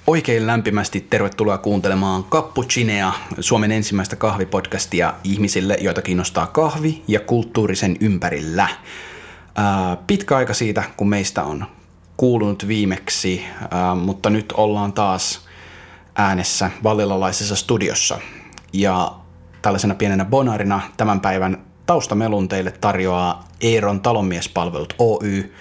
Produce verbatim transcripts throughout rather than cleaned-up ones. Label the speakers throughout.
Speaker 1: Oikein lämpimästi tervetuloa kuuntelemaan Cappuccinea, Suomen ensimmäistä kahvipodcastia ihmisille, joita kiinnostaa kahvi ja kulttuurisen ympärillä. Ää, pitkä aika siitä, kun meistä on kuulunut viimeksi, ää, mutta nyt ollaan taas äänessä vallilalaisessa studiossa. Ja tällaisena pienenä bonarina tämän päivän taustamelun teille tarjoaa Eeron talonmiespalvelut Oy.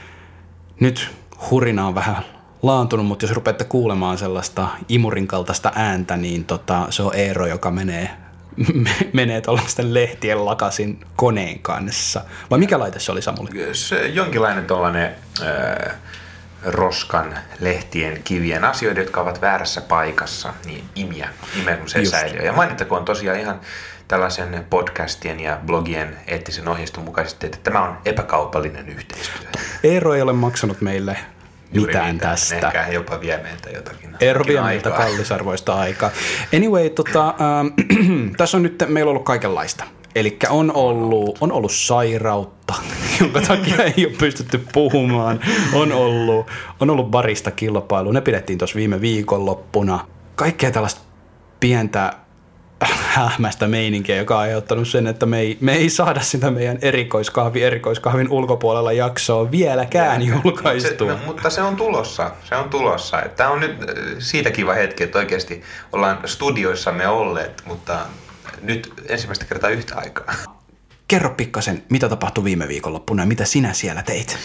Speaker 1: Nyt hurina on vähän laantunut, mutta jos rupeatte kuulemaan sellaista imurin kaltaista ääntä, niin tota, se on Eero, joka menee, menee tuollaisten lehtien lakasin koneen kanssa. Vai mikä laite se oli, Samuli?
Speaker 2: Se jonkinlainen tuollainen äh, roskan, lehtien, kivien asioita, jotka ovat väärässä paikassa, niin imiä, imiä kun se säilyy. Ja mainittakoon tosiaan ihan tällaisen podcastien ja blogien eettisen ohjeiston mukaisesti, että tämä on epäkaupallinen yhteistyö.
Speaker 1: Eero ei ole maksanut meille mitään, mitään tästä.
Speaker 2: Ehkä jopa vie meiltä jotakin.
Speaker 1: Eero vie meiltä kallisarvoista aikaa. Anyway, tota, äh, tässä on nyt, meillä on ollut kaikenlaista. Eli on ollut, on ollut sairautta, jonka takia ei ole pystytty puhumaan. On ollut, on ollut barista kilpailu. Ne pidettiin tuossa viime viikonloppuna. Kaikkea tällaista pientä hähmästä meininkiä, joka on aiheuttanut sen, että me ei, me ei saada sitä meidän erikoiskahvi, erikoiskahvin ulkopuolella jaksoa vieläkään julkaistua.
Speaker 2: Se, mutta se on tulossa, se on tulossa. Tämä on nyt siitä kiva hetki, että oikeasti ollaan studioissamme olleet, mutta nyt ensimmäistä kertaa yhtä aikaa.
Speaker 1: Kerro pikkasen, mitä tapahtui viime viikonloppuna ja mitä sinä siellä teit?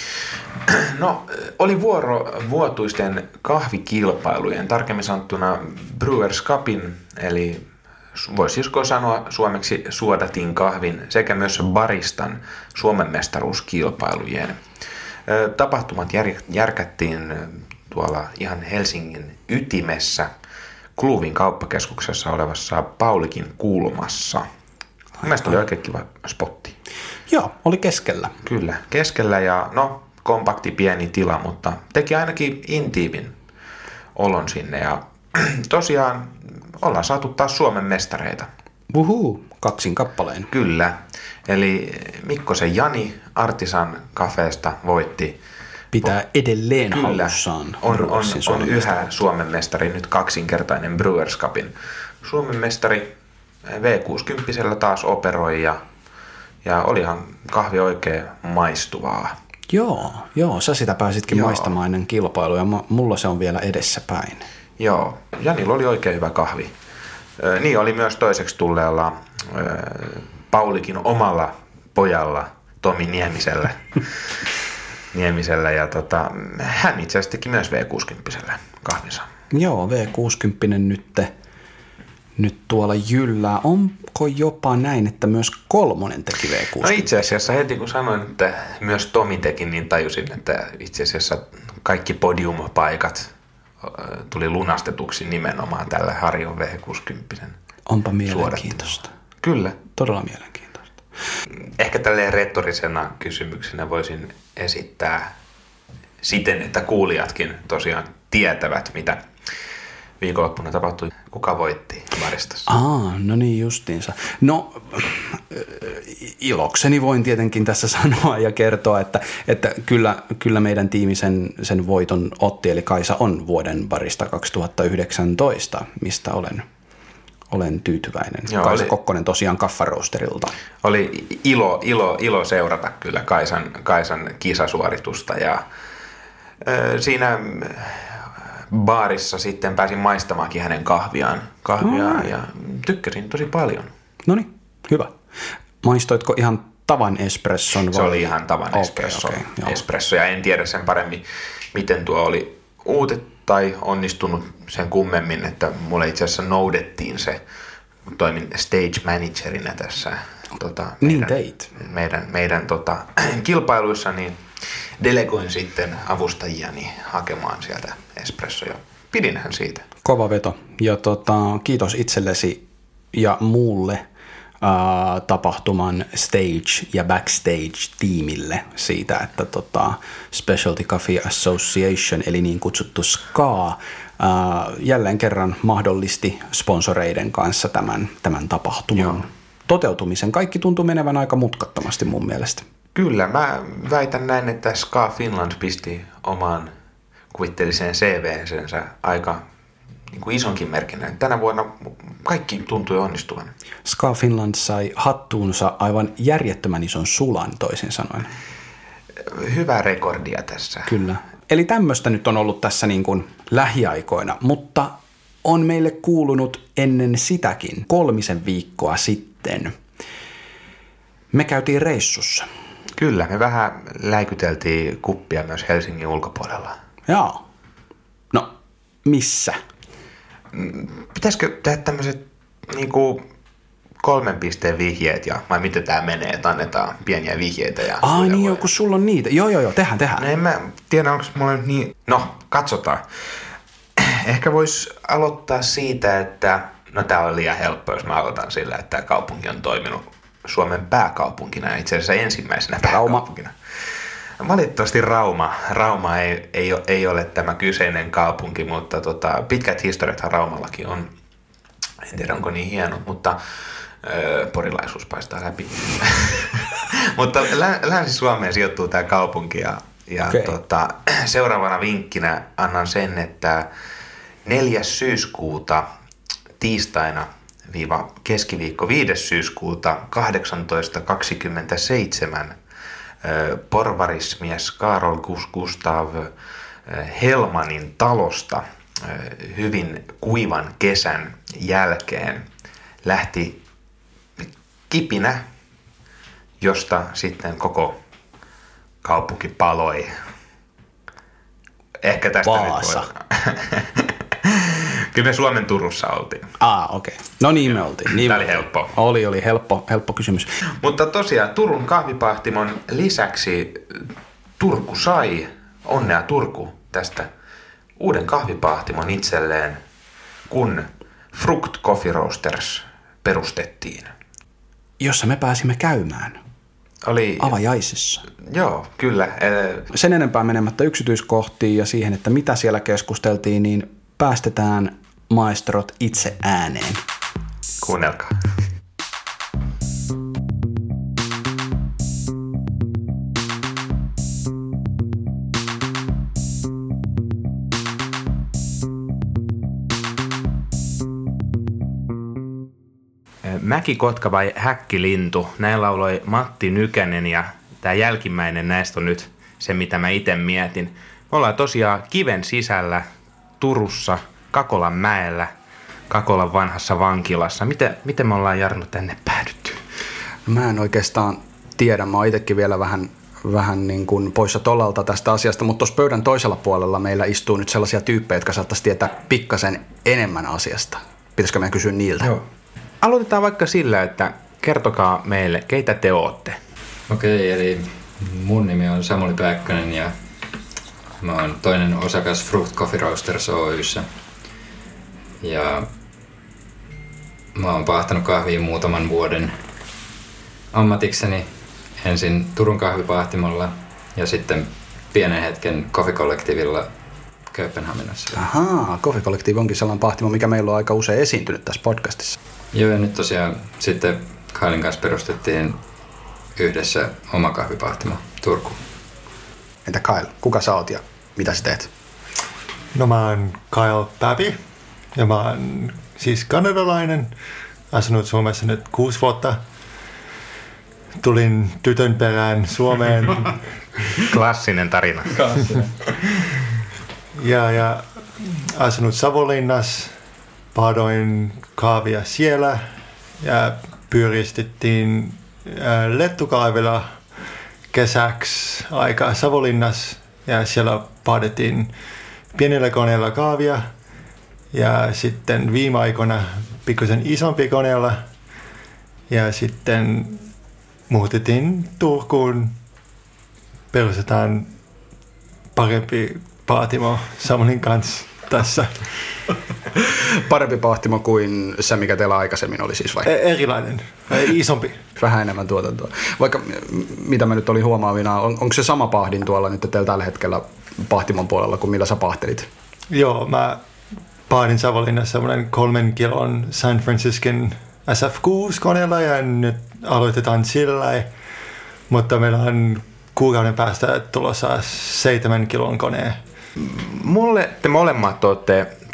Speaker 2: No, oli vuoro vuotuisten kahvikilpailujen, tarkemmin sanottuna Brewers Cupin, eli voisiko sanoa suomeksi suodatin kahvin sekä myös baristan Suomen mestaruuskilpailujen. Tapahtumat jär, järkättiin tuolla ihan Helsingin ytimessä Kluvin kauppakeskuksessa olevassa Paulikin kulmassa. Mielestäni oli oikein kiva spotti.
Speaker 1: Joo, oli keskellä.
Speaker 2: Kyllä, keskellä ja no kompakti pieni tila, mutta teki ainakin intiimin olon sinne ja tosiaan ollaan saatu taas Suomen mestareita.
Speaker 1: Wuhuu, kaksin kappaleen.
Speaker 2: Kyllä, eli Mikkosen Jani Artisan Cafeesta voitti.
Speaker 1: Pitää edelleen
Speaker 2: Kyllä,
Speaker 1: halussaan.
Speaker 2: on, on, on yhä Suomen mestari, nyt kaksinkertainen Brewers Cupin Suomen mestari. V kuusikymmentä taas operoi ja, ja olihan kahvi oikein maistuvaa.
Speaker 1: Joo, joo, sä sitä pääsitkin
Speaker 2: Joo.
Speaker 1: maistamaan ennen kilpailua ja mulla se on vielä edessäpäin.
Speaker 2: Joo, Janilla oli oikein hyvä kahvi. Ö, niin oli myös toiseksi tulleella ö, Paulikin omalla pojalla Tomi Niemisellä. Niemisellä ja tota, hän itse asiassa teki myös V kuusikymmentä kahvinsa.
Speaker 1: Joo, V kuusikymmentä nyt, nyt tuolla jyllää. Onko jopa näin, että myös kolmonen teki V kuusikymmentä?
Speaker 2: No itse asiassa heti kun sanoin, että myös Tomi teki, niin tajusin, että itse asiassa kaikki podiumpaikat tuli lunastetuksi nimenomaan tällä Harjon V kuusikymmentä.
Speaker 1: Onpa mielenkiintoista.
Speaker 2: Kyllä.
Speaker 1: Todella mielenkiintoista.
Speaker 2: Ehkä tälleen retorisena kysymyksenä voisin esittää siten, että kuulijatkin tosiaan tietävät, mitä viikonloppuna tapahtui. Kuka voitti baristassa?
Speaker 1: Aa, no niin justiinsa. No ilokseni voin tietenkin tässä sanoa ja kertoa, että, että kyllä, kyllä meidän tiimi sen, sen voiton otti, eli Kaisa on vuoden barista kaksituhattayhdeksäntoista, mistä olen, olen tyytyväinen.
Speaker 2: Joo,
Speaker 1: Kaisa
Speaker 2: oli,
Speaker 1: Kokkonen tosiaan Kaffaroosterilta.
Speaker 2: Oli ilo, ilo, ilo seurata kyllä Kaisan, Kaisan kisasuoritusta ja ö, siinä baarissa sitten pääsin maistamaankin hänen kahviaan, kahviaan mm. ja tykkäsin tosi paljon.
Speaker 1: Noniin, hyvä. Maistoitko ihan tavan espresson? Vai?
Speaker 2: Se oli ihan tavan
Speaker 1: okay,
Speaker 2: espresso,
Speaker 1: okay,
Speaker 2: espresso ja en tiedä sen paremmin, miten tuo oli uutet tai onnistunut sen kummemmin, että mulle itse asiassa noudettiin se. Toimin stage managerina tässä tota,
Speaker 1: niin
Speaker 2: meidän,
Speaker 1: teit.
Speaker 2: meidän, meidän tota, kilpailuissa, niin delegoin sitten avustajiani hakemaan sieltä espressoja. Pidinhän siitä.
Speaker 1: Kova veto. Ja tota, kiitos itsellesi ja muulle ää, tapahtuman stage- ja backstage-tiimille siitä, että tota, Specialty Coffee Association, eli niin kutsuttu S C A, ää, jälleen kerran mahdollisti sponsoreiden kanssa tämän, tämän tapahtuman Joo. toteutumisen. Kaikki tuntui menevän aika mutkattomasti mun mielestä.
Speaker 2: Kyllä, mä väitän näin, että S C A Finland pisti omaan kuvitteelliseen C V-sensä aika niin kuin isonkin merkinnän. Tänä vuonna kaikki tuntui onnistuvan.
Speaker 1: Ska Finland sai hattuunsa aivan järjettömän ison sulan, toisin sanoen.
Speaker 2: Hyvää rekordia tässä.
Speaker 1: Kyllä. Eli tämmöistä nyt on ollut tässä niin kuin lähiaikoina, mutta on meille kuulunut ennen sitäkin kolmisen viikkoa sitten. Me käytiin reissussa.
Speaker 2: Kyllä, me vähän läikyteltiin kuppia myös Helsingin ulkopuolella.
Speaker 1: Joo. No, missä?
Speaker 2: Pitäisikö tehdä tämmöiset niinku kolmen pisteen vihjeet ja vai miten tää menee, että annetaan pieniä vihjeitä. Ja
Speaker 1: Ai niin joo, kun sulla on niitä. Joo, joo, joo, tehdään, tehdään.
Speaker 2: No en mä tiedä, onko mulla nyt niin... No, katsotaan. Ehkä vois aloittaa siitä, että... No tää on liian helppo, jos mä aloitan sillä, että tää kaupunki on toiminut Suomen pääkaupunkina ja itse asiassa ensimmäisenä
Speaker 1: Rauma.
Speaker 2: pääkaupunkina. Valitettavasti Rauma. Rauma ei, ei, ei ole tämä kyseinen kaupunki, mutta tota, pitkät historiathan Raumallakin on. En tiedä, onko niin hieno, mutta öö, porilaisuus paistaa läpi. Mutta lä- Länsi-Suomeen sijoittuu tämä kaupunki ja, ja
Speaker 1: okay.
Speaker 2: tota, seuraavana vinkkinä annan sen, että neljäs syyskuuta tiistaina viiva keskiviikko viides syyskuuta kahdeksantoista kaksikymmentäseitsemän porvarismies Karol Gustav Helmanin talosta hyvin kuivan kesän jälkeen lähti kipinä, josta sitten koko kaupunki paloi. Ehkä tästä
Speaker 1: Vaasa.
Speaker 2: nyt voi... Kyllä me Suomen Turussa oltiin.
Speaker 1: Ah, okei. Okay. No niin me oltiin. Niin
Speaker 2: Tämä oli helppo.
Speaker 1: Oli, oli helppo, helppo kysymys.
Speaker 2: Mutta tosiaan Turun kahvipahtimon lisäksi Turku sai, onnea Turku, tästä uuden kahvipahtimon itselleen, kun Frukt Coffee Roasters perustettiin.
Speaker 1: Jossa me pääsimme käymään.
Speaker 2: Oli...
Speaker 1: Avajaisissa.
Speaker 2: Joo, kyllä.
Speaker 1: Sen enempää menemättä yksityiskohtiin ja siihen, että mitä siellä keskusteltiin, niin päästetään maestrot itse ääneen.
Speaker 2: Kuunnelkaa. Mäkikotka vai häkkilintu? Näin lauloi Matti Nykänen ja tämä jälkimmäinen näistä on nyt se, mitä mä itse mietin. Me ollaan tosiaan kiven sisällä Turussa, Kakolan mäellä, Kakolan vanhassa vankilassa. Miten, miten me ollaan, Jarno, tänne päädytty?
Speaker 1: Mä en oikeastaan tiedä. Mä oon itsekin vielä vähän, vähän niin kuin poissa tolalta tästä asiasta, mutta tuossa pöydän toisella puolella meillä istuu nyt sellaisia tyyppejä, jotka saattaisi tietää pikkasen enemmän asiasta. Pitäisikö meidän kysyä niiltä?
Speaker 2: Joo. Aloitetaan vaikka sillä, että kertokaa meille, keitä te ootte.
Speaker 3: Okei, eli mun nimi on Samuli Pääkkönen ja mä oon toinen osakas Frukt Coffee Roasters Oy:ssä. Ja mä oon pahtanut kahvia muutaman vuoden ammatikseni. Ensin Turun kahvipahtimolla ja sitten pienen hetken Coffee Collectivella Kööpenhaminassa.
Speaker 1: Ahaa, Coffee Collective onkin sellainen pahtimo, mikä meillä on aika usein esiintynyt tässä podcastissa.
Speaker 3: Joo, ja nyt tosiaan sitten Kailin kanssa perustettiin yhdessä oma kahvipahtimo Turku.
Speaker 1: Entä Kyle, kuka sä oot ja mitä sä teet?
Speaker 4: No mä oon Kyle Päbi ja mä oon siis kanadalainen, asunut Suomessa nyt kuusi vuotta. Tulin tytön perään Suomeen.
Speaker 2: Klassinen tarina.
Speaker 4: Klassinen. ja, ja asunut Savonlinnassa, paadoin kahvia siellä ja pyöristettiin lettukaivilla kesäksi aikaa Savonlinnassa ja siellä paadettiin pienellä koneella kahvia ja sitten viime aikoina pikkusen isompi koneella ja sitten muutettiin Turkuun, perustetaan parempi pahtimo Samulin kanssa tässä.
Speaker 1: Parempi pahtimo kuin se, mikä teillä aikaisemmin oli siis vai?
Speaker 4: E- erilainen, isompi.
Speaker 1: Vähän enemmän tuotantoa. Vaikka mitä mä nyt olin huomaavina, on, onko se sama pahdin tuolla nyt teillä tällä hetkellä pahtimon puolella kuin millä sä pahtelit?
Speaker 4: Joo, mä pahdin Savonlinnassa semmoinen kolmen kilon San Franciscan S F kuusi koneella ja nyt aloitetaan sillä. Mutta meillä on kuukauden päästä tulossa seitsemän kilon koneen.
Speaker 2: Mulle te molemmat olette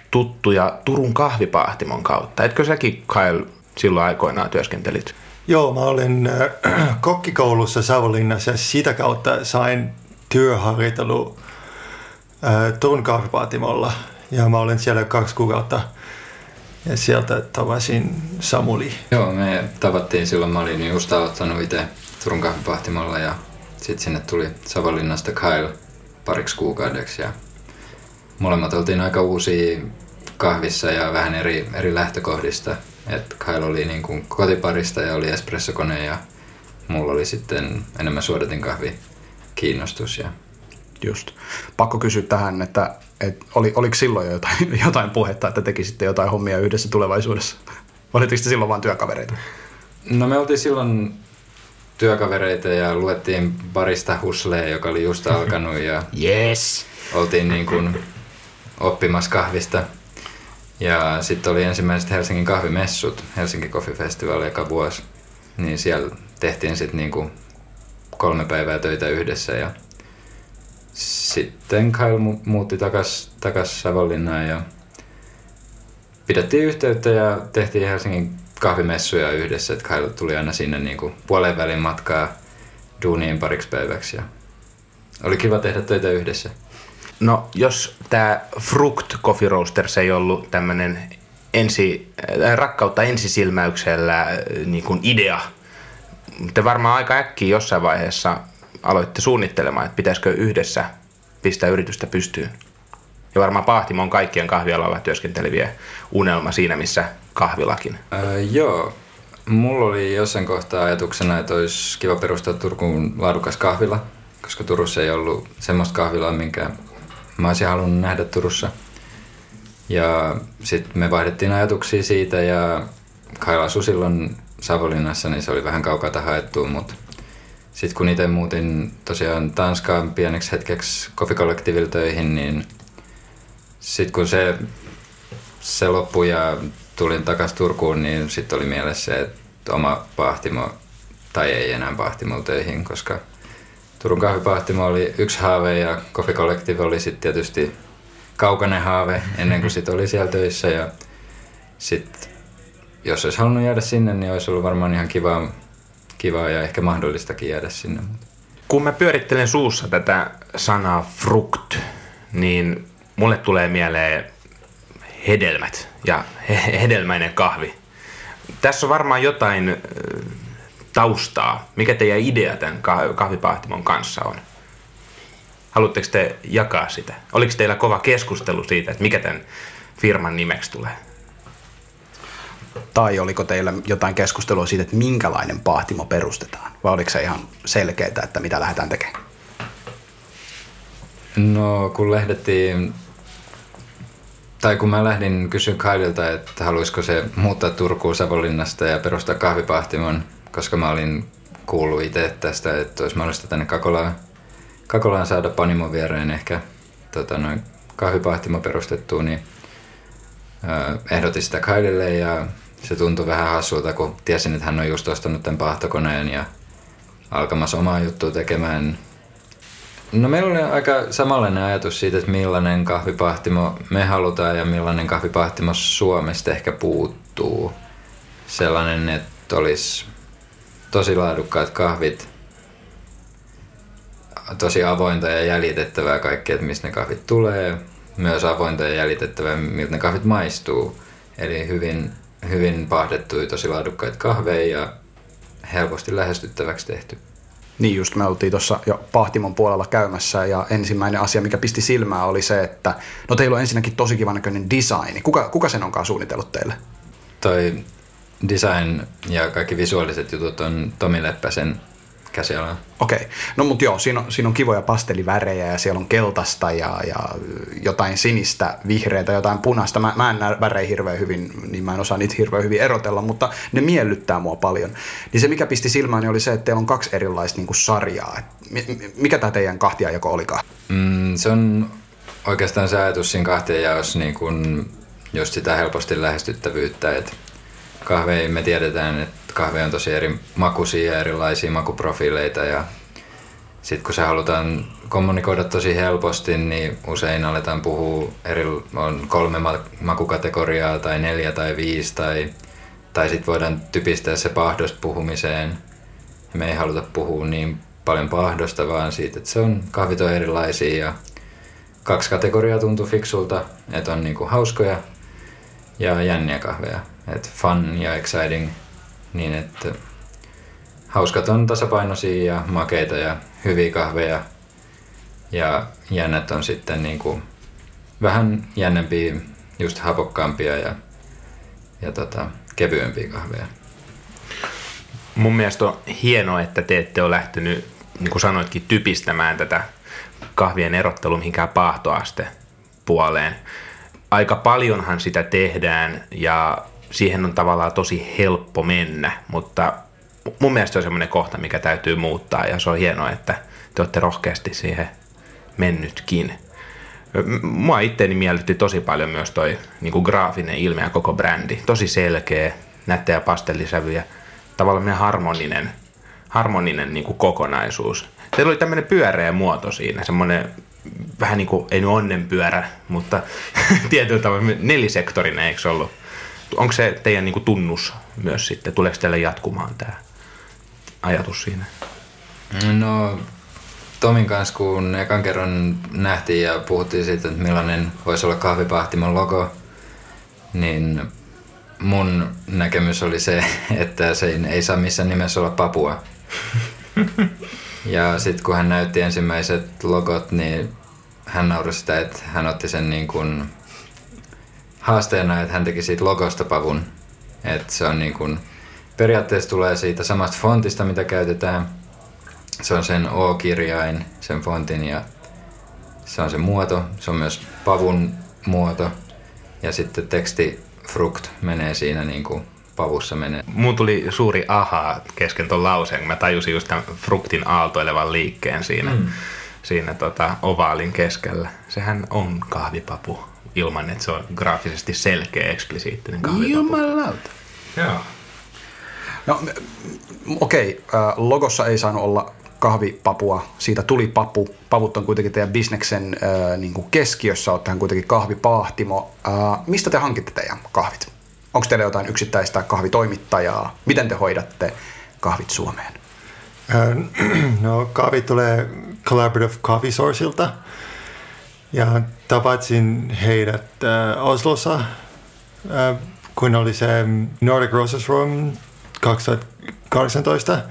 Speaker 2: tuttuja Turun kahvipahtimon kautta. Etkö säkin, Kyle, silloin aikoinaan työskentelit?
Speaker 4: Joo, mä olin äh, kokkikoulussa Savonlinnassa ja sitä kautta sain työharjoittelu äh, Turun kahvipahtimolla. Ja mä olin siellä kaksi kuukautta ja sieltä tavasin Samuli.
Speaker 3: Joo, me tavattiin silloin. Mä olin just aloittanut itse Turun kahvipahtimolla ja sitten sinne tuli Savonlinnasta Kyle pariksi kuukaudeksi. Ja molemmat oltiin aika uusia kahvissa ja vähän eri, eri lähtökohdista. Et Kyle oli niin kuin kotiparista ja oli espressokone ja mulla oli sitten enemmän suodatin kahvi kiinnostus. Ja...
Speaker 1: Just. Pakko kysyä tähän, että, että oli, oliko silloin jo jotain, jotain puhetta, että tekisitte jotain hommia yhdessä tulevaisuudessa? Olitteko te silloin vain työkavereita?
Speaker 3: No me oltiin silloin työkavereita ja luettiin barista Husleja, joka oli just alkanut ja
Speaker 1: yes.
Speaker 3: Oltiin niin kuin oppimassa kahvista. Ja sitten oli ensimmäiset Helsingin kahvimessut, Helsinki Coffee Festival eka vuosi. Niin siellä tehtiin sitten niinku kolme päivää töitä yhdessä. Ja sitten Kyle mu- muutti takas, takas Savonlinnaan ja pidettiin yhteyttä ja tehtiin Helsingin kahvimessuja yhdessä. Et Kyle tuli aina sinne niinku puolen välin matkaa duuniin pariksi päiväksi. Ja oli kiva tehdä töitä yhdessä.
Speaker 2: No, jos tämä Fruct Coffee Roasters ei ollut tämmöinen ensi, äh, rakkautta ensisilmäyksellä äh, niin kuin idea, te varmaan aika äkkiä jossain vaiheessa aloitte suunnittelemaan, että pitäisikö yhdessä pistää yritystä pystyyn. Ja varmaan Pahtimo on kaikkien kahvialalla työskenteleviä unelma siinä, missä kahvilakin.
Speaker 3: Öö, joo. Mulla oli jossain kohtaa ajatuksena, että olisi kiva perustaa Turkuun laadukas kahvila, koska Turussa ei ollut semmoista kahvilaa, minkä mä olisin halunnut nähdä Turussa. Ja sitten me vaihdettiin ajatuksia siitä ja Kyle asui silloin Savonlinnassa, niin se oli vähän kaukaa haettua, mutta sitten kun itse muutin tosiaan Tanskaan pieneksi hetkeksi Coffee Collectivelle töihin, niin sitten kun se, se loppui ja tulin takaisin Turkuun, niin sitten oli mielessä se, että oma pahtimo, tai ei enää pahtimo töihin, koska Turun kahvipahtimo oli yksi haave ja Coffee Collective oli sitten tietysti kaukainen haave ennen kuin sit oli siellä töissä. Ja sit, jos olisi halunnut jäädä sinne, niin olisi ollut varmaan ihan kivaa, kivaa ja ehkä mahdollistakin jäädä sinne.
Speaker 2: Kun mä pyörittelen suussa tätä sanaa fruct, niin mulle tulee mieleen hedelmät ja he- hedelmäinen kahvi. Tässä on varmaan jotain taustaa. Mikä teidän idea tämän kahvipahtimon kanssa on? Haluatteko te jakaa sitä? Oliko teillä kova keskustelu siitä, että mikä tämän firman nimeksi tulee?
Speaker 1: Tai oliko teillä jotain keskustelua siitä, että minkälainen pahtimo perustetaan? Vai oliko se ihan selkeää, että mitä lähdetään tekemään?
Speaker 3: No kun lähdettiin, tai kun mä lähdin kysyä Kyleltä, että haluaisiko se muuttaa Turkuun Savonlinnasta ja perustaa kahvipahtimon, koska mä olin kuullut itse tästä, että olisi mahdollista tänne Kakolaan, Kakolaan saada Panimon viereen ehkä tota, noin kahvipahtimo perustettua, niin ö, ehdotin sitä Kylelle ja se tuntui vähän hassulta, kun tiesin, että hän on just ostanut tämän pahtokoneen ja alkamassa omaa juttua tekemään. No meillä oli aika samanlainen ajatus siitä, että millainen kahvipahtimo me halutaan ja millainen kahvipahtimo Suomesta ehkä puuttuu. Sellainen, että olisi tosi laadukkaat kahvit, tosi avointa ja jäljitettävää kaikkea, että mistä ne kahvit tulee. Myös avointa ja jäljitettävää, miltä ne kahvit maistuu. Eli hyvin, hyvin pahdettuja, tosi laadukkaita kahveja ja helposti lähestyttäväksi tehty.
Speaker 1: Niin just, me oltiin tuossa jo Pahtimon puolella käymässä ja ensimmäinen asia, mikä pisti silmään, oli se, että no teillä on ensinnäkin tosi kivan näköinen design. Kuka, kuka sen onkaan suunnitellut teille?
Speaker 3: Toi design ja kaikki visuaaliset jutut on Tomi Leppäsen käsialaa.
Speaker 1: Okei. Okay. No mut joo, siinä on, siinä on kivoja pastelivärejä ja siellä on keltaista ja, ja jotain sinistä, vihreätä, jotain punaista. Mä, mä en näe värejä hirveän hyvin, niin mä en osaa niitä hirveän hyvin erotella, mutta ne miellyttää mua paljon. Niin se, mikä pisti silmään, niin oli se, että teillä on kaksi erilaista niin kuin sarjaa. Et mikä tämä teidän kahtiajako olikaan?
Speaker 3: Mm, se on oikeastaan se ajatus siinä kahtiajaossa niin kuin just sitä helposti lähestyttävyyttä, että kahveja me tiedetään, että kahve on tosi eri makuisia ja erilaisia makuprofiileita ja sitten kun se halutaan kommunikoida tosi helposti, niin usein aletaan puhua, eri, on kolme makukategoriaa tai neljä tai viisi, tai, tai sitten voidaan typistää se paahdosta puhumiseen. Me ei haluta puhua niin paljon paahdosta, vaan siitä, että se on, kahvit on erilaisia ja kaksi kategoriaa tuntuu fiksulta, että on niinku hauskoja ja jänniä kahveja, että fun ja exciting, niin että hauskat on tasapainoisia ja makeita ja hyviä kahveja ja jännät on sitten niinku vähän jännempiä, just hapokkaampia ja, ja tota, kevyempiä kahveja.
Speaker 2: Mun mielestä on hienoa, että te ette ole lähtenyt, niin kuin sanoitkin, typistämään tätä kahvien erottelua mihinkään paahtoaste puoleen. Aika paljonhan sitä tehdään ja siihen on tavallaan tosi helppo mennä, mutta mun mielestä se on semmoinen kohta, mikä täytyy muuttaa ja se on hienoa, että te olette rohkeasti siihen mennytkin. Mua itteeni miellytti tosi paljon myös toi niin kuin graafinen ilme ja koko brändi. Tosi selkeä, nättejä pastellisävyjä, tavallaan harmoninen, harmoninen niin kuin kokonaisuus. Teillä oli tämmöinen pyöreä muoto siinä, semmoinen vähän niin kuin, ei nyt onnenpyörä, mutta tietyllä tavalla nelisektorinen, eikö se ollut? Onko se teidän niin kuin tunnus myös sitten? Tuleeko teille jatkumaan tämä ajatus siinä?
Speaker 3: No Tomin kanssa, kun ekan kerran nähtiin ja puhuttiin siitä, että millainen voisi olla kahvipahtimon logo, niin mun näkemys oli se, että se ei saa missään nimessä olla Papua. Ja sitten kun hän näytti ensimmäiset logot, niin hän nauroi sitä, että hän otti sen niin kuin haasteena, että hän teki siitä logosta pavun. Että se on niin kuin, periaatteessa tulee siitä samasta fontista, mitä käytetään. Se on sen O-kirjain, sen fontin, ja se on se muoto. Se on myös pavun muoto. Ja sitten teksti frukt menee siinä niin kuin pavussa menee.
Speaker 2: Mun tuli suuri ahaa kesken ton lauseen, kun mä tajusin just tämän fruktin aaltoilevan liikkeen siinä, mm. siinä tota ovaalin keskellä. Sehän on kahvipapu ilman, että se on graafisesti selkeä, eksplisiittinen kahvipapu.
Speaker 1: Jumalauta.
Speaker 2: Joo.
Speaker 1: No okei, okay. Logossa ei saanut olla kahvipapua, siitä tuli papu. Pavut on kuitenkin teidän bisneksen äh, niin kuin keskiössä, olettehan kuitenkin kahvipaahtimo. Äh, mistä te hankitte teidän kahvit? Onko teillä jotain yksittäistä kahvitoimittajaa? Miten te hoidatte kahvit Suomeen?
Speaker 4: No kahvit tulee Collaborative Coffee Sourceilta ja tapasin heidät äh, Oslossa, äh, kun oli se Nordic Roses Room kaksituhattakahdeksantoista.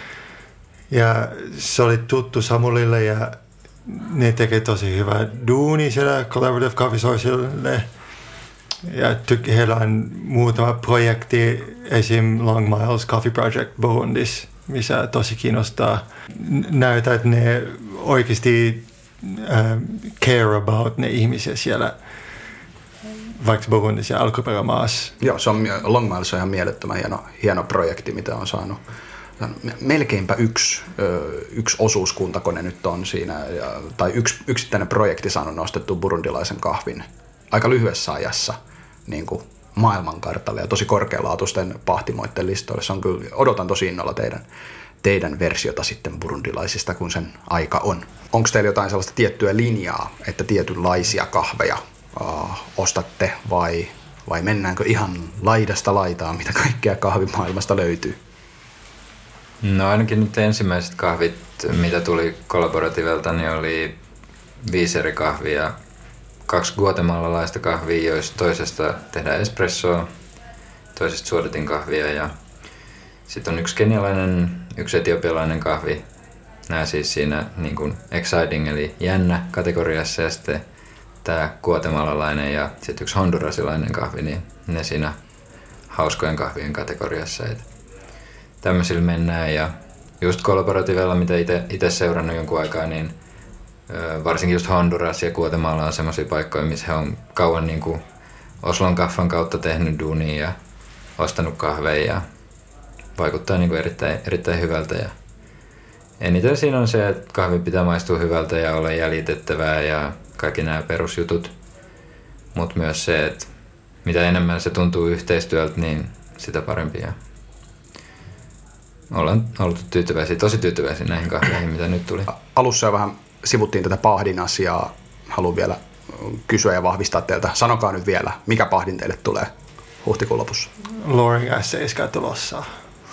Speaker 4: Ja se oli tuttu Samulille ja ne tekee tosi hyvää duuni siellä Collaborative Coffee Sourceille. Ja tyk- heillä on muutama projekti, esim. Long Miles Coffee Project Burundis, missä tosi kiinnostaa. Näyttää, että ne oikeasti uh, care about ne ihmisiä siellä, vaikka Burundis ja alkuperämaassa.
Speaker 1: Joo, se on, Long Miles on ihan mielettömän hieno, hieno projekti, mitä on saanut. Melkeinpä yksi, yksi osuuskunta, kun ne nyt on siinä, tai yksi yksittäinen projekti saanut nostettua burundilaisen kahvin aika lyhyessä ajassa niin kuin maailmankartalle ja tosi korkealaatuisten pahtimoiden listoille. Se on kyllä, odotan tosi innolla teidän, teidän versiota sitten burundilaisista, kun sen aika on. Onko teillä jotain sellaista tiettyä linjaa, että tietynlaisia kahveja uh, ostatte vai, vai mennäänkö ihan laidasta laitaan, mitä kaikkea kahvimaailmasta löytyy?
Speaker 3: No ainakin nyt ensimmäiset kahvit, mitä tuli Collaborativelta, niin oli viisi eri kahvia. Kaksi guatemalalaista kahvia, joista toisesta tehdään espressoa, toisesta suodatin kahvia ja sitten on yksi kenialainen, yksi etiopialainen kahvi. Nämä siis siinä niin kuin exciting eli jännä kategoriassa ja sitten tämä guatemalalainen ja sitten yksi hondurasilainen kahvi, niin ne siinä hauskojen kahvien kategoriassa. Et tämmöisillä mennään ja just Collaborativella, mitä itse seurannut jonkun aikaa, niin varsinkin just Honduras ja Guatemala on semmoisia paikkoja, missä he on kauan niin kuin Oslon kaffan kautta tehnyt duunia ja ostanut kahveja ja vaikuttaa niin kuin erittäin, erittäin hyvältä. Ja eniten siinä on se, että kahvi pitää maistua hyvältä ja olla jäljitettävää ja kaikki nämä perusjutut. Mutta myös se, että mitä enemmän se tuntuu yhteistyöltä, niin sitä parempia. ollaan oltu tyytyväisiä, tosi tyytyväisiä näihin kahveihin, mitä nyt tuli.
Speaker 1: Alussa jo vähän sivuttiin tätä pahdin asiaa. Haluan vielä kysyä ja vahvistaa teiltä. Sanokaa nyt vielä, mikä pahdin teille tulee huhtikuun lopussa?
Speaker 4: Loring S seitsemän tulossa.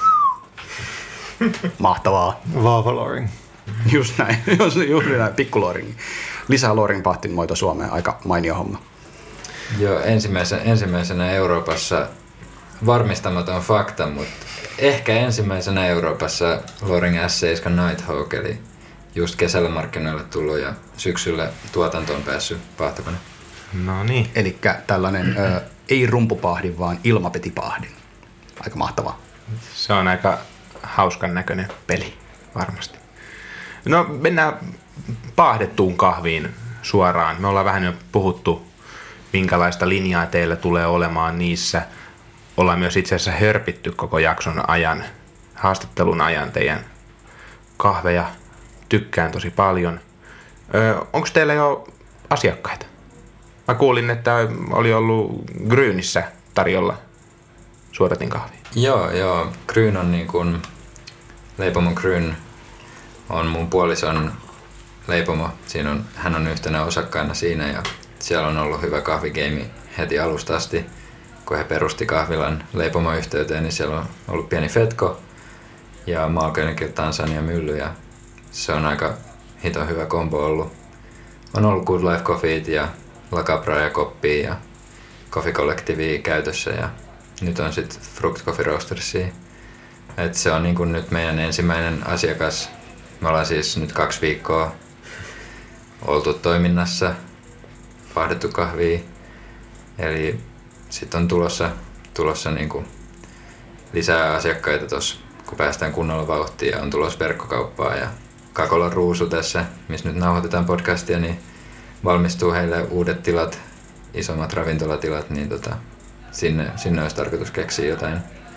Speaker 1: Mahtavaa.
Speaker 4: Vahva Loring.
Speaker 1: Just näin, juuri näin, pikku Loring. Lisää Loring pahdinmoita Suomeen, aika mainio homma.
Speaker 3: Joo, ensimmäisenä, ensimmäisenä Euroopassa varmistamaton fakta, mutta ehkä ensimmäisenä Euroopassa Loring S seitsemän Nighthawk, eli just kesällä markkinoille tullut ja syksyllä tuotantoon päässyt pahtokone.
Speaker 2: No niin.
Speaker 1: Elikkä tällainen ö, ei rumpupahdin, vaan ilmapetipahdin. Aika mahtavaa.
Speaker 2: Se on aika hauskan näköinen peli, varmasti. No mennään paahdettuun kahviin suoraan. Me ollaan vähän jo puhuttu, minkälaista linjaa teillä tulee olemaan niissä. Ollaan myös itse asiassa hörpitty koko jakson ajan, haastattelun ajan teidän kahveja. Tykkään tosi paljon. Öö, onko teillä jo asiakkaita? Mä kuulin, että oli ollut Gryynissä tarjolla suodatin kahvia.
Speaker 3: Joo, joo. Gryn on niin kuin, leipomo Gryn on mun puolison leipomo. Siinä on, hän on yhtenä osakkaana siinä ja siellä on ollut hyvä kahvigeimi heti alusta asti. Kun he perusti kahvilan leipomoyhteyteen, niin siellä on ollut pieni Fetko ja Maakönenkin Tansania mylly ja se on aika hiton hyvä kombo ollut. On ollut Good Life Coffeet ja La Capra ja Koppia ja Coffee Collectivea käytössä ja nyt on sitten Fruct Coffee Roastersia. Et se on niinku nyt meidän ensimmäinen asiakas. Me ollaan siis nyt kaksi viikkoa oltu toiminnassa, paahdettu kahvia. Eli sitten on tulossa, tulossa niinku lisää asiakkaita tuossa, kun päästään kunnolla vauhtiin ja on tulossa verkkokauppaa. Ja Kakolan Ruusu tässä, missä nyt nauhoitetaan podcastia, niin valmistuu heille uudet tilat, isommat ravintolatilat, niin tota, sinne, sinne olisi tarkoitus keksiä jotain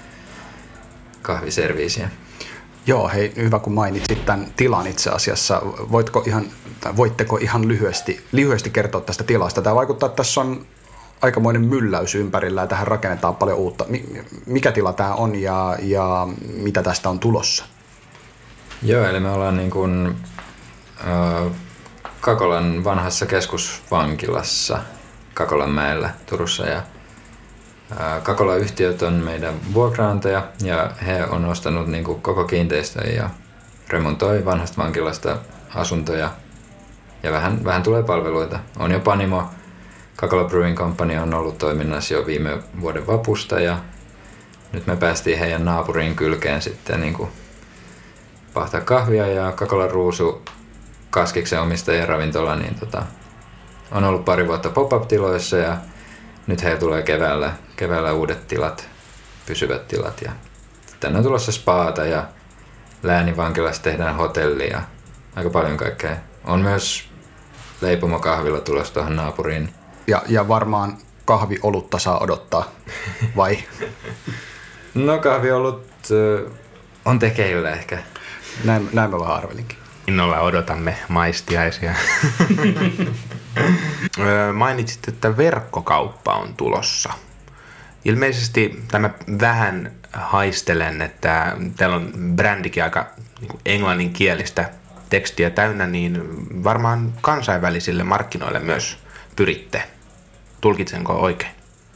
Speaker 3: kahviserviisiä.
Speaker 1: Joo, hei, hyvä kun mainitsit tämän tilan itse asiassa. Voitko ihan, tai voitteko ihan lyhyesti, lyhyesti kertoa tästä tilasta? Tämä vaikuttaa, että tässä on aikamoinen mylläys ympärillä ja tähän rakennetaan paljon uutta. Mikä tila tämä on ja, ja mitä tästä on tulossa?
Speaker 3: Joo, eli me ollaan niin kuin, äh, Kakolan vanhassa keskusvankilassa Kakolanmäellä Turussa ja äh, Kakolan yhtiöt on meidän vuokraantaja ja he on ostanut niin kuin koko kiinteistön ja remontoi vanhasta vankilasta asuntoja ja vähän, vähän tulee palveluita. On jo panimo. Kakola Brewing Company on ollut toiminnassa jo viime vuoden vapusta ja nyt me päästiin heidän naapurin kylkeen sitten niin kuin pahtaa kahvia ja Kakolan Ruusu Kaskiksen omistajien ravintola niin tota, on ollut pari vuotta pop-up-tiloissa ja nyt heillä tulee keväällä, keväällä uudet tilat, pysyvät tilat ja tänne on tulossa spaata ja läänivankilassa tehdään hotelli ja aika paljon kaikkea. On myös leipomokahvilla tulossa tuohon naapuriin.
Speaker 1: Ja, ja varmaan kahviolutta saa odottaa, vai?
Speaker 3: No kahviolut äh, on tekeillä ehkä.
Speaker 1: Näin, näin mä vähän arvelinkin.
Speaker 2: Innolla odotamme maistiaisia. Mainitsit, että verkkokauppa on tulossa. Ilmeisesti tämä vähän haistelen, että teillä on brändikin aika niin englanninkielistä tekstiä täynnä, niin varmaan kansainvälisille markkinoille myös pyritte. Tulkitsenko oikein?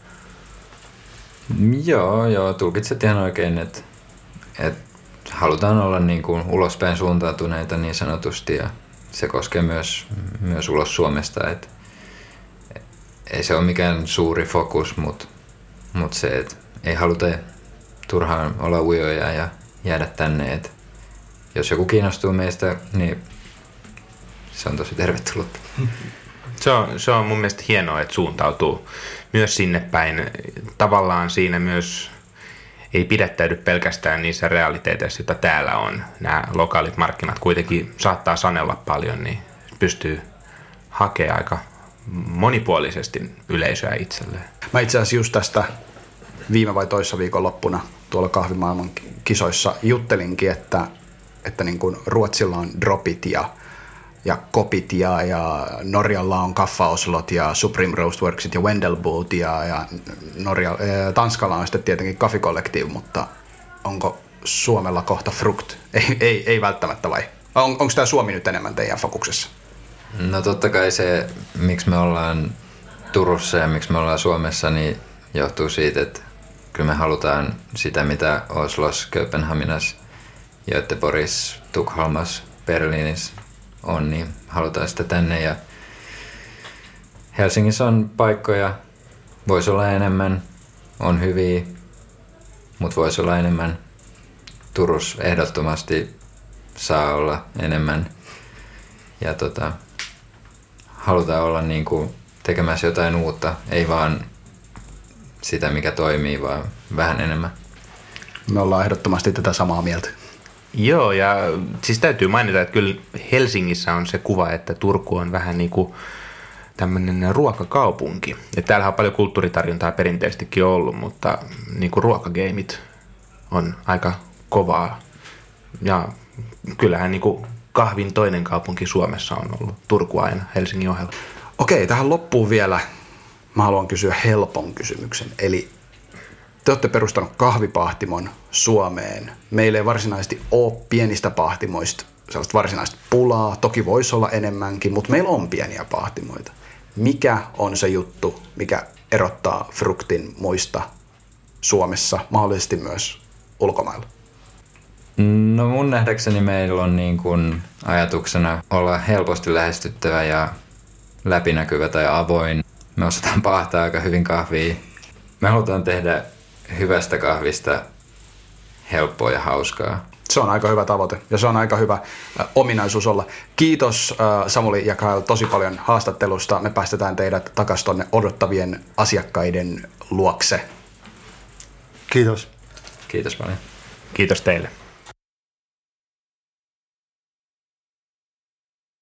Speaker 3: Joo, joo, tulkitset ihan oikein, että, että halutaan olla niin kuin ulospäin suuntautuneita niin sanotusti ja se koskee myös, myös ulos Suomesta. Että ei se ole mikään suuri fokus, mutta, mutta se, että ei haluta turhaan olla ujoja ja jäädä tänne. Että jos joku kiinnostuu meistä, niin se on tosi tervetullut.
Speaker 2: Se on, se on mun mielestä hienoa, että suuntautuu myös sinne päin. Tavallaan siinä myös ei pidättäydy pelkästään niissä realiteeteissa, joita täällä on. Nämä lokaalit markkinat kuitenkin saattaa sanella paljon, niin pystyy hakemaan aika monipuolisesti yleisöä itselleen.
Speaker 1: Mä itse asiassa just tästä viime vai toissa viikon loppuna tuolla kahvimaailman kisoissa juttelinkin, että, että niin kuin Ruotsilla on dropit ja ja kopit ja, ja Norjalla on kaffaoslot ja Supreme Roastworksit ja Wendelboot ja, ja Norja, ää, Tanskalla on sitten tietenkin Coffee Collective, mutta onko Suomella kohta frukt? Ei, ei, ei välttämättä vai? On, onko tämä Suomi nyt enemmän teidän fokuksessa?
Speaker 3: No totta kai se, miksi me ollaan Turussa ja miksi me ollaan Suomessa, niin johtuu siitä, että kyllä me halutaan sitä, mitä Oslos, Kööpenhaminas, Göteborgissa, Tukholmas, Berliinissä on, niin halutaan sitä tänne. Ja Helsingissä on paikkoja, voisi olla enemmän, on hyviä, mutta voisi olla enemmän. Turussa ehdottomasti saa olla enemmän. Ja tota, halutaan olla niinku tekemässä jotain uutta, ei vaan sitä, mikä toimii, vaan vähän enemmän.
Speaker 1: Me ollaan ehdottomasti tätä samaa mieltä.
Speaker 2: Joo, ja siis täytyy mainita, että kyllä Helsingissä on se kuva, että Turku on vähän niin kuin tämmöinen ruokakaupunki. Ja täällähän on paljon kulttuuritarjontaa perinteisestikin ollut, mutta niin kuin ruokageimit on aika kovaa. Ja kyllähän niin kuin kahvin toinen kaupunki Suomessa on ollut Turku aina Helsingin ohella.
Speaker 1: Okei, tähän loppuun vielä mä haluan kysyä helpon kysymyksen. Eli te olette perustanut kahvipahtimon Suomeen. Meillä ei varsinaisesti ole pienistä pahtimoista sellaista varsinaista pulaa. Toki voisi olla enemmänkin, mutta meillä on pieniä pahtimoita. Mikä on se juttu, mikä erottaa Fruktin muista Suomessa, mahdollisesti myös ulkomailla?
Speaker 3: No mun nähdäkseni meillä on niin kuin ajatuksena olla helposti lähestyttävä ja läpinäkyvä tai avoin. Me osataan pahtaa aika hyvin kahvia. Me halutaan tehdä hyvästä kahvista helppoa ja hauskaa.
Speaker 1: Se on aika hyvä tavoite ja se on aika hyvä äh, ominaisuus olla. Kiitos äh, Samuli ja Kyle tosi paljon haastattelusta. Me päästetään teidät takaisin tonne odottavien asiakkaiden luokse.
Speaker 4: Kiitos.
Speaker 3: Kiitos paljon.
Speaker 2: Kiitos teille.